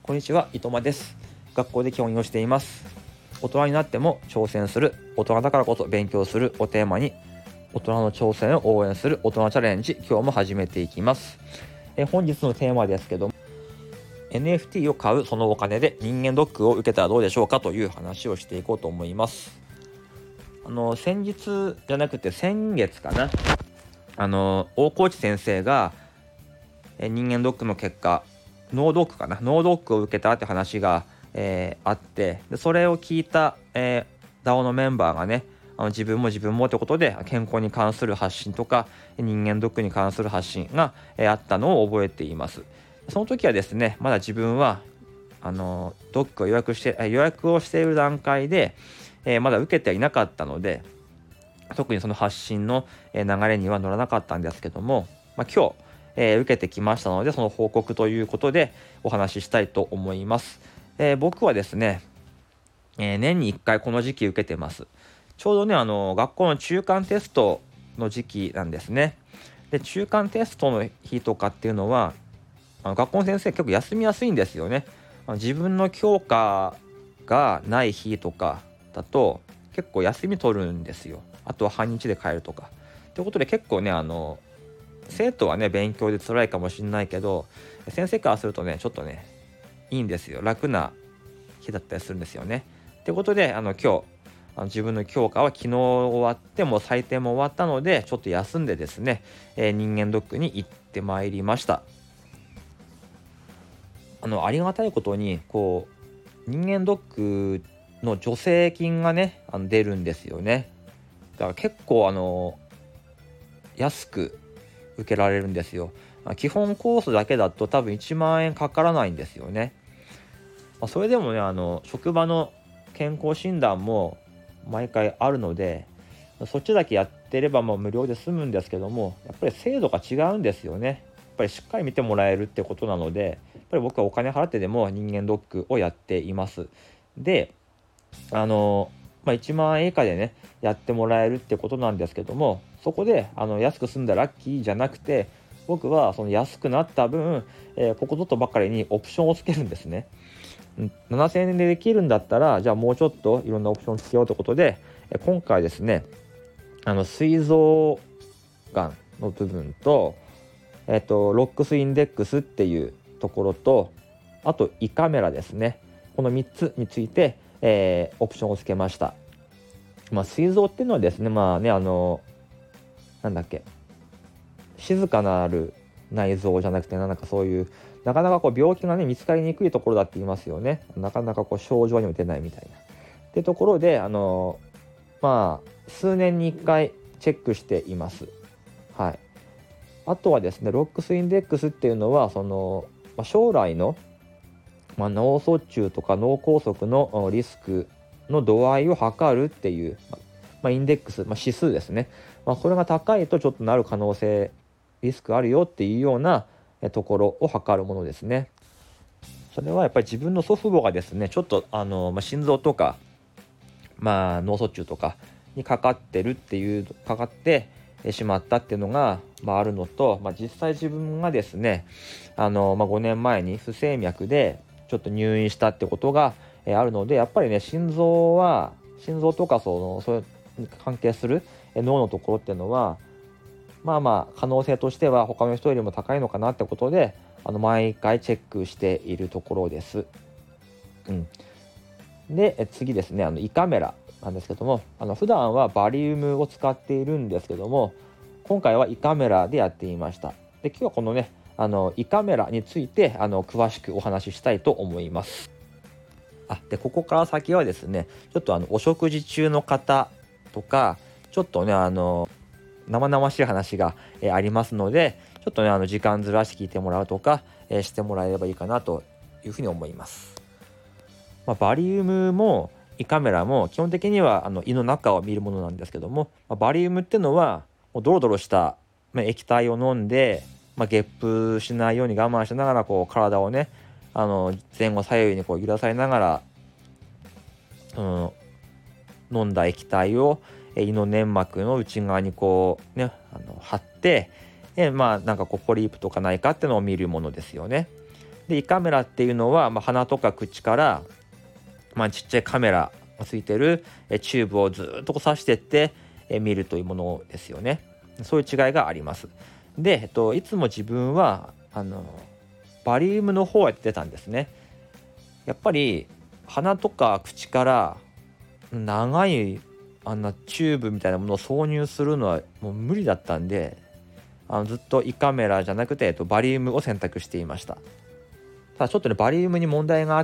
こんにちは、伊藤間です。学校で教員をしています。大人になっても挑戦する、大人だからこそ勉強するをテーマに、大人の挑戦を応援する大人チャレンジ、今日も始めていきます。本日のテーマですけども、NFT を買うそのお金で人間ドックを受けたらどうでしょうかという話をしていこうと思います。先日じゃなくて先月かな、大河内先生が人間ドックの結果脳ドックを受けたって話が、あって、でそれを聞いた、DAO のメンバーがね、自分もってことで健康に関する発信とか人間ドックに関する発信が、あったのを覚えています。その時はですね、まだ自分はドックを予約をしている段階で、まだ受けていなかったので、特にその発信の流れには乗らなかったんですけども、今日受けてきましたので、その報告ということでお話ししたいと思います。僕はですね、年に1回この時期受けてます。ちょうどね、学校の中間テストの時期なんですね。で、中間テストの日とかっていうのは学校の先生結構休みやすいんですよね。自分の教科がない日とかだと結構休み取るんですよ。あとは半日で帰るとか。ということで結構ね、生徒はね勉強で辛いかもしれないけど、先生からするとねちょっとねいいんですよ。楽な日だったりするんですよね。ということで今日自分の教科は昨日終わってもう採点も終わったのでちょっと休んでですね、人間ドックに行ってまいりました。ありがたいことに人間ドックの助成金がね出るんですよね。だから結構安く受けられるんですよ。基本コースだけだと多分1万円かからないんですよね。それでもね職場の健康診断も毎回あるので、そっちだけやってれば無料で済むんですけども、やっぱり制度が違うんですよね。やっぱりしっかり見てもらえるってことなので、やっぱり僕はお金払ってでも人間ドックをやっています。で1万円以下でねやってもらえるってことなんですけども、そこで安く済んだラッキーじゃなくて、僕はその安くなった分、ここぞとばかりにオプションをつけるんですね。7000円でできるんだったら、じゃあもうちょっといろんなオプションをつけようということで、今回ですね膵臓がんの部分と、ロックスインデックスっていうところと、あと胃カメラですね、この3つについて、オプションをつけました。膵臓っていうのはですね、静かなる内臓じゃなくて、そういうなかなか病気がね見つかりにくいところだって言いますよね。なかなか症状にも出ないみたいなってところで数年に1回チェックしています。はい。あとはですね、ロックスインデックスっていうのは将来の、脳卒中とか脳梗塞のリスクの度合いを測るっていう、インデックス、指数ですね。これが高いとちょっとなる可能性、リスクあるよっていうようなところを測るものですね。それはやっぱり自分の祖父母がですね、ちょっと心臓とか、脳卒中とかにかかってしまったっていうのが、あるのと、実際自分がですね5年前に不整脈でちょっと入院したってことが、あるので、やっぱりね心臓とかそういうに関係する脳のところっていうのは可能性としては他の人よりも高いのかなってことで毎回チェックしているところです。で次ですね、胃カメラなんですけども、普段はバリウムを使っているんですけども、今回は胃カメラでやってみました。で今日はこのね胃カメラについて詳しくお話ししたいと思います。でここから先はですね、ちょっとお食事中の方とか、ちょっとね生々しい話が、ありますので、ちょっとね時間ずらして聞いてもらうとか、してもらえればいいかなというふうに思います。バリウムも胃カメラも基本的には胃の中を見るものなんですけども、バリウムっていうのはもうドロドロした、液体を飲んで、ゲップしないように我慢しながら体をね前後左右に揺らされながら、飲んだ液体を胃の粘膜の内側に貼って、ポリープとかないかっていうのを見るものですよね。 で胃カメラっていうのは、鼻とか口から、ちっちゃいカメラがついてるチューブをずっと刺してって見るというものですよね。そういう違いがあります。で、いつも自分はバリウムの方をやってたんですね。やっぱり鼻とか口から長いあんなチューブみたいなものを挿入するのはもう無理だったんで、ずっと胃カメラじゃなくて、バリウムを選択していました。ただちょっとねバリウムに問題があって、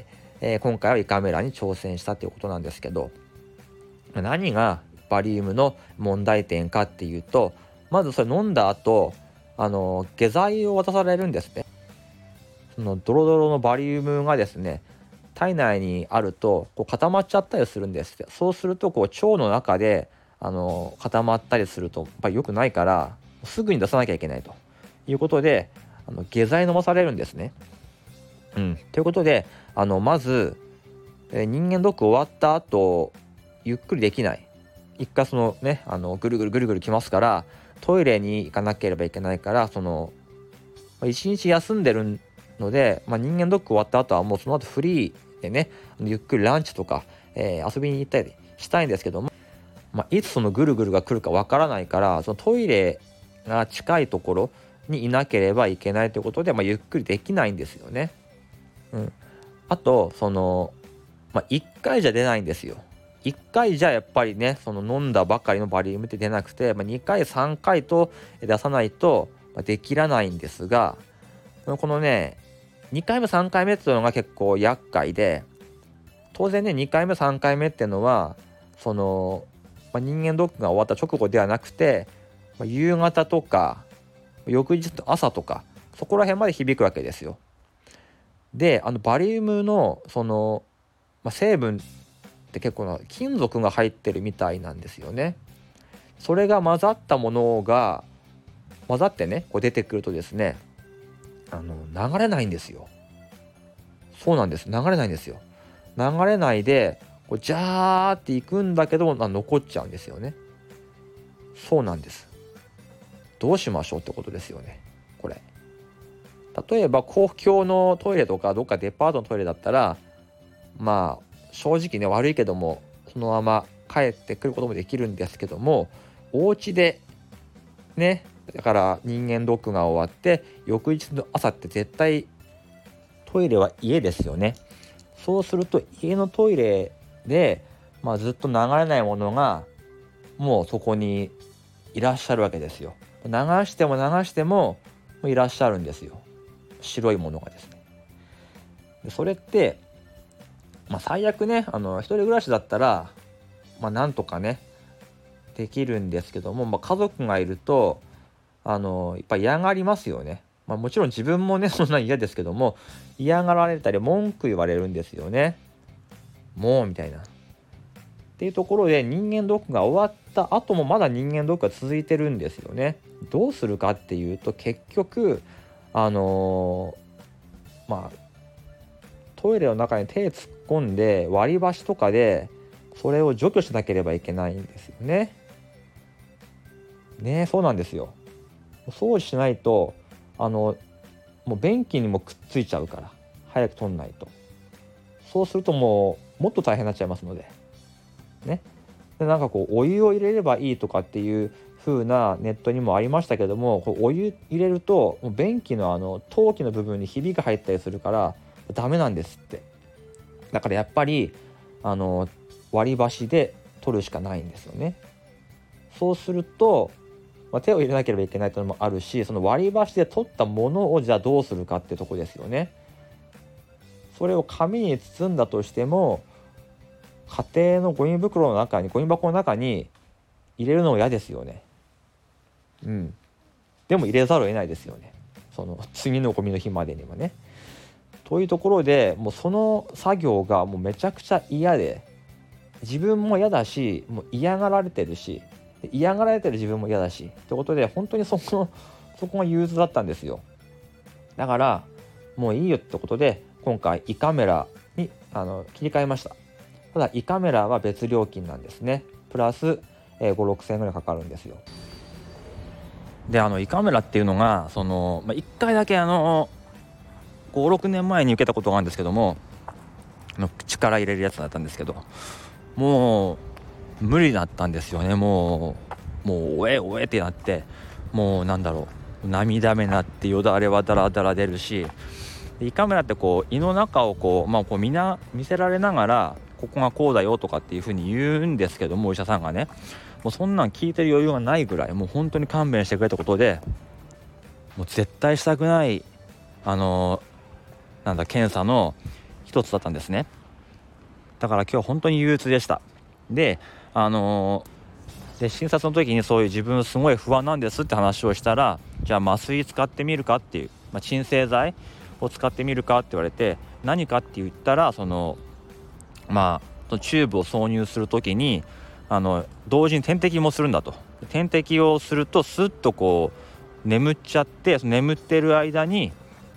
今回は胃カメラに挑戦したということなんですけど、何がバリウムの問題点かっていうと、まずそれ飲んだ後下剤を渡されるんですね。そのドロドロのバリウムがですね、体内にあると固まっちゃったりするんです。そうすると腸の中で固まったりするとやっぱり良くないから、すぐに出さなきゃいけないということで下剤飲まされるんですね。ということでまず、人間ドック終わった後ゆっくりできない。一回ぐるぐる来ますから、トイレに行かなければいけないから、一日休んでるので、人間ドック終わった後はもうその後フリーでね、ゆっくりランチとか、遊びに行ったりしたいんですけども、いつそのぐるぐるが来るかわからないから、そのトイレが近いところにいなければいけないということで、ゆっくりできないんですよね。あと1回じゃ出ないんですよ。1回じゃやっぱりね、その飲んだばかりのバリウムって出なくて、2回3回と出さないとできらないんですが、このね2回目3回目っていうのが結構厄介で、当然ね2回目3回目っていうのは人間ドックが終わった直後ではなくて、夕方とか翌日の朝とかそこら辺まで響くわけですよ。でバリウムの成分って結構な金属が入ってるみたいなんですよね。それが混ざったものが混ざってね出てくるとですね、流れないんですよ。そうなんです、流れないんですよ。流れないでジャーっていくんだけど残っちゃうんですよね。そうなんです。どうしましょうってことですよね。これ例えば公共のトイレとかどっかデパートのトイレだったら正直ね悪いけどもそのまま帰ってくることもできるんですけども、お家でね、だから人間ドックが終わって翌日の朝って絶対トイレは家ですよね。そうすると家のトイレで、ずっと流れないものがもうそこにいらっしゃるわけですよ。流しても流してもいらっしゃるんですよ、白いものがですね。でそれって最悪ね一人暮らしだったらなんとかねできるんですけども、家族がいるとやっぱ嫌がりますよね。もちろん自分もねそんな嫌ですけども、嫌がられたり文句言われるんですよね。もうみたいなっていうところで、人間ドックが終わった後もまだ人間ドックが続いてるんですよね。どうするかっていうと、結局トイレの中に手突っ込んで割り箸とかでそれを除去しなければいけないんですよね。そうなんですよ。そうしないともう便器にもくっついちゃうから、早く取んないと。そうするともっと大変になっちゃいますのでね。でお湯を入れればいいとかっていう風なネットにもありましたけども、お湯入れるともう便器の陶器の部分にひびが入ったりするからダメなんですって。だからやっぱり割り箸で取るしかないんですよね。そうすると、手を入れなければいけないというのもあるし、その割り箸で取ったものをじゃあどうするかっていうところですよね。それを紙に包んだとしても、家庭のゴミ箱の中に入れるのも嫌ですよね。でも入れざるを得ないですよね、その次のゴミの日までにはね。というところで、もうその作業がもうめちゃくちゃ嫌で、自分も嫌だし、もう嫌がられてるし、嫌がられてる自分も嫌だしってことで、本当にそこが憂鬱だったんですよ。だからもういいよってことで、今回胃カメラに切り替えました。ただ胃カメラは別料金なんですね。プラス5,6千円ぐらいかかるんですよ。で胃カメラっていうのが1回だけ 5、6年前に受けたことがあるんですけども、力入れるやつだったんですけど、もう無理だったんですよね。もうおえってなって、もう涙目になってよだれはダラダラ出るし、胃カメラって胃の中を見せられながら、ここがこうだよとかっていう風に言うんですけども、お医者さんがね、もうそんなん聞いてる余裕がないぐらい、もう本当に勘弁してくれたことで、もう絶対したくない検査の一つだったんですね。だから今日本当に憂鬱でした。で診察の時にそういう自分すごい不安なんですって話をしたら、じゃあ麻酔使ってみるかっていう、鎮静剤を使ってみるかって言われて、何かって言ったら、そのチューブを挿入する時に同時に点滴もするんだと。点滴をするとスッと眠っちゃって、眠ってる間に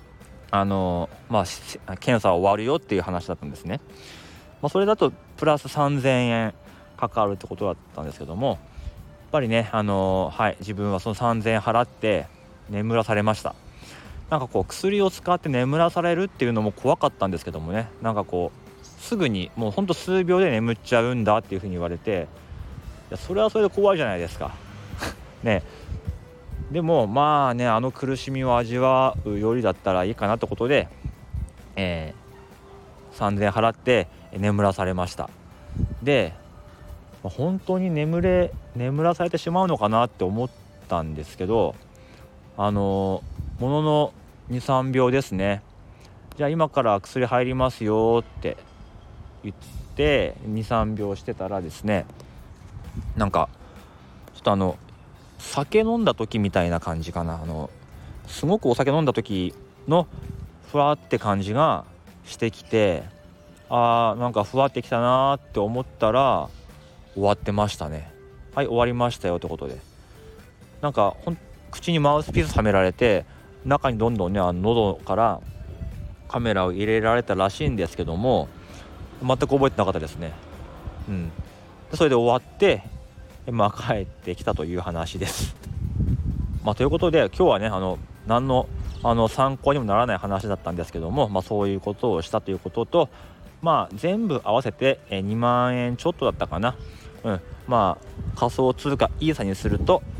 検査は終わるよっていう話だったんですね。それだとプラス3000円かかるってことだったんですけども、やっぱりね自分はその3000円払って眠らされました。薬を使って眠らされるっていうのも怖かったんですけどもね、すぐにもうほんと数秒で眠っちゃうんだっていう風に言われて、いやそれはそれで怖いじゃないですかね。でも苦しみを味わうよりだったらいいかなってことで、3000円払って眠らされました。で本当に眠らされてしまうのかなって思ったんですけど、ものの 2,3 秒ですね。じゃあ今から薬入りますよって言って 2,3 秒してたらですね、ちょっと酒飲んだ時みたいな感じかな、すごくお酒飲んだ時のふわって感じがしてきて、ふわってきたなって思ったら終わってましたね。はい、終わりましたよってことで、口にマウスピースはめられて、中にどんどんね喉からカメラを入れられたらしいんですけども、全く覚えてなかったですね。でそれで終わって帰ってきたという話ですということで今日はね何の参考にもならない話だったんですけども、そういうことをしたということと、全部合わせて2万円ちょっとだったかな。仮想通貨イーサにすると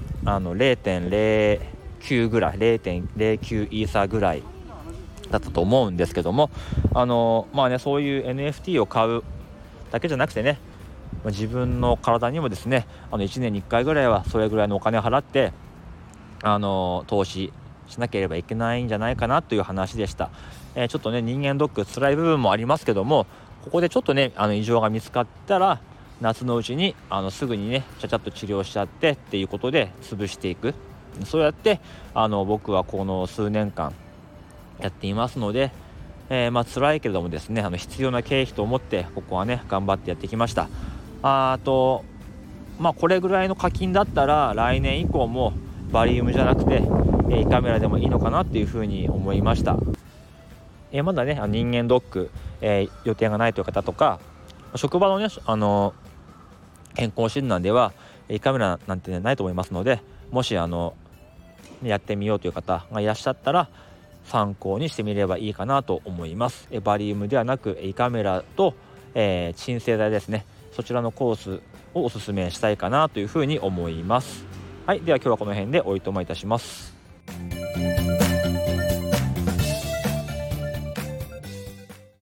0.09 ぐらい、0.09 イーサぐらいだったと思うんですけども、そういう NFT を買うだけじゃなくてね、自分の体にもですね1年に1回ぐらいはそれぐらいのお金を払って投資しなければいけないんじゃないかなという話でした。ちょっとね人間ドック辛い部分もありますけども、ここでちょっとね異常が見つかったら夏のうちにすぐにねちゃちゃっと治療しちゃってっていうことで潰していく。そうやって僕はこの数年間やっていますので、辛いけれどもですね必要な経費と思ってここはね頑張ってやってきました。これぐらいの課金だったら来年以降もバリウムじゃなくて胃カメラでもいいのかなっていうふうに思いました。まだね人間ドック、予定がないという方とか、職場のね健康診断では胃カメラなんて、ないと思いますので、もしやってみようという方がいらっしゃったら参考にしてみればいいかなと思います。バリウムではなく胃カメラと、鎮静剤ですね、そちらのコースをおすすめしたいかなというふうに思います。はい、では今日はこの辺でおいとまいたします。